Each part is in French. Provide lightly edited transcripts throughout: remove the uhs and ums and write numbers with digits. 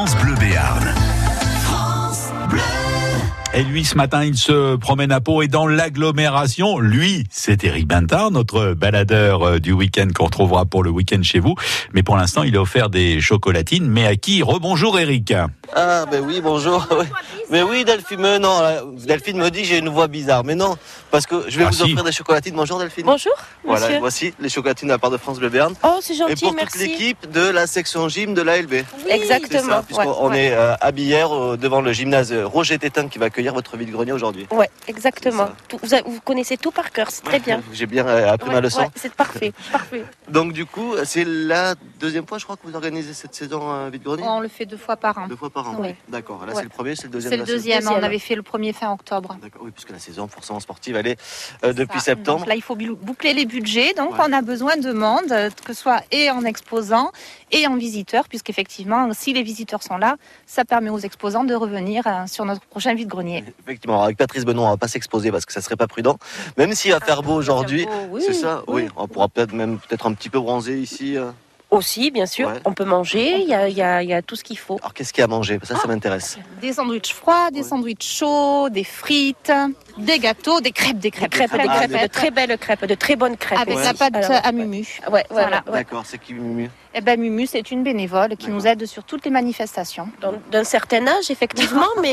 France Bleu Béarn. Et lui, ce matin, il se promène à Pau et dans l'agglomération. Lui, c'est Éric Bintard, notre baladeur du week-end qu'on retrouvera pour le week-end chez vous. Mais pour l'instant, il a offert des chocolatines. Mais à qui ? Rebonjour Éric. Ah ben oui, bonjour. Mais oui, Delphine, Delphine me dit que j'ai une voix bizarre. Mais non, parce que je vais vous offrir des chocolatines. Bonjour Delphine. Bonjour, voilà, monsieur. Voici les chocolatines de la part de France Bleu Béarn. Oh, c'est gentil, et pour merci. toute l'équipe de la section gym de l'ALB. Oui, exactement. Puisqu'on est à Billère, devant le gymnase Roger Tétin qui va accueillir votre vide-grenier aujourd'hui. Ouais, exactement. Vous connaissez tout par cœur, c'est très bien. J'ai bien appris ma leçon. Ouais, c'est parfait, parfait. Donc du coup, c'est la deuxième fois, je crois, que vous organisez cette saison vide-grenier. On le fait 2 fois par an. 2 fois par an. Oui. D'accord. Là, Ouais. c'est le premier, c'est le deuxième. C'est le deuxième. On avait fait le premier fin octobre. D'accord. Oui, puisque la saison forcément sportive, elle est depuis septembre. Donc là, il faut boucler les budgets. Donc, on a besoin de monde, que ce soit et en exposants et en visiteurs, puisqu'effectivement, si les visiteurs sont là, ça permet aux exposants de revenir sur notre prochain vide-grenier. Effectivement, avec Patrice Benoît, on va pas s'exposer parce que ça serait pas prudent. Même s'il va faire beau aujourd'hui, oui, c'est ça. Oui, on pourra peut-être un petit peu bronzer ici. Aussi, bien sûr, on peut manger, il y a tout ce qu'il faut. Alors, qu'est-ce qu'il y a à manger ? Ça m'intéresse. Des sandwichs froids, des sandwichs chauds, des frites, des gâteaux, des crêpes. Des crêpes, de très belles crêpes, de très bonnes crêpes. Avec la pâte à Mumu. Voilà. D'accord, c'est qui Mumu ? Eh ben, Mumu, c'est une bénévole qui nous aide sur toutes les manifestations. D'un certain âge, effectivement, mais...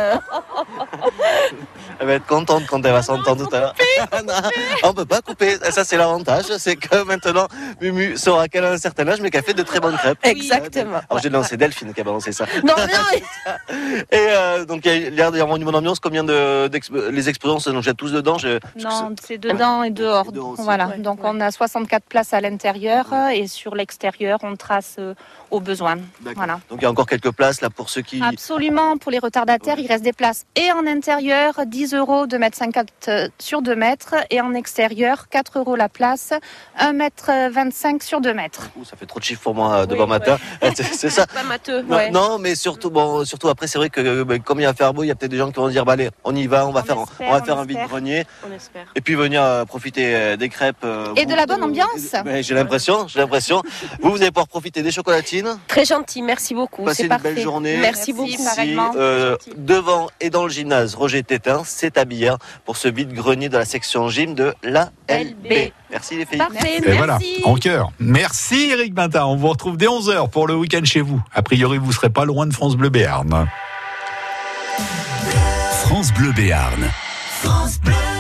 Elle va être contente quand elle va s'entendre tout à l'heure. On peut pas couper. Ça, c'est l'avantage. C'est que maintenant, Mumu saura qu'elle a un certain âge, mais qu'elle fait de très bonnes crêpes. Exactement. Alors, j'ai lancé Delphine qui a balancé ça. Non. Et donc, il y a l'air d'y avoir une bonne ambiance. Combien les exposants se jettent tous dedans Non, c'est dedans et dehors. Voilà. Ouais, donc, on a 64 places à l'intérieur et sur l'extérieur, on trace aux besoins. Voilà. Donc, il y a encore quelques places là pour ceux qui... Absolument. Pour les retardataires, il reste des places. Et en intérieur, 10 € de 1,50 m sur 2 mètres. Et en extérieur, 4 € la place, 1,25 m sur 2 mètres. Ça fait trop de chiffres pour moi de bon matin. C'est ça. Pas matheux. Non, mais surtout après, c'est vrai que comme il va faire beau, il y a peut-être des gens qui vont dire allez, on y va, on va faire un vide-grenier. On espère. Et puis venir profiter des crêpes. Et de la bonne ambiance. J'ai l'impression. Vous allez pouvoir profiter des chocolatines. Très gentil, merci beaucoup. Passez C'est une parfait. belle journée. Merci beaucoup. Ici, devant et dans le gymnase Roger Tétin, c'est à Billère pour ce vide-grenier de la section gym de l'ALB. Merci les filles. Parfait, Et merci. voilà, en cœur. Merci Éric Bintard. On vous retrouve dès 11h pour le week-end chez vous. A priori, vous serez pas loin de France Bleu Béarn. France Bleu Béarn. France Bleu.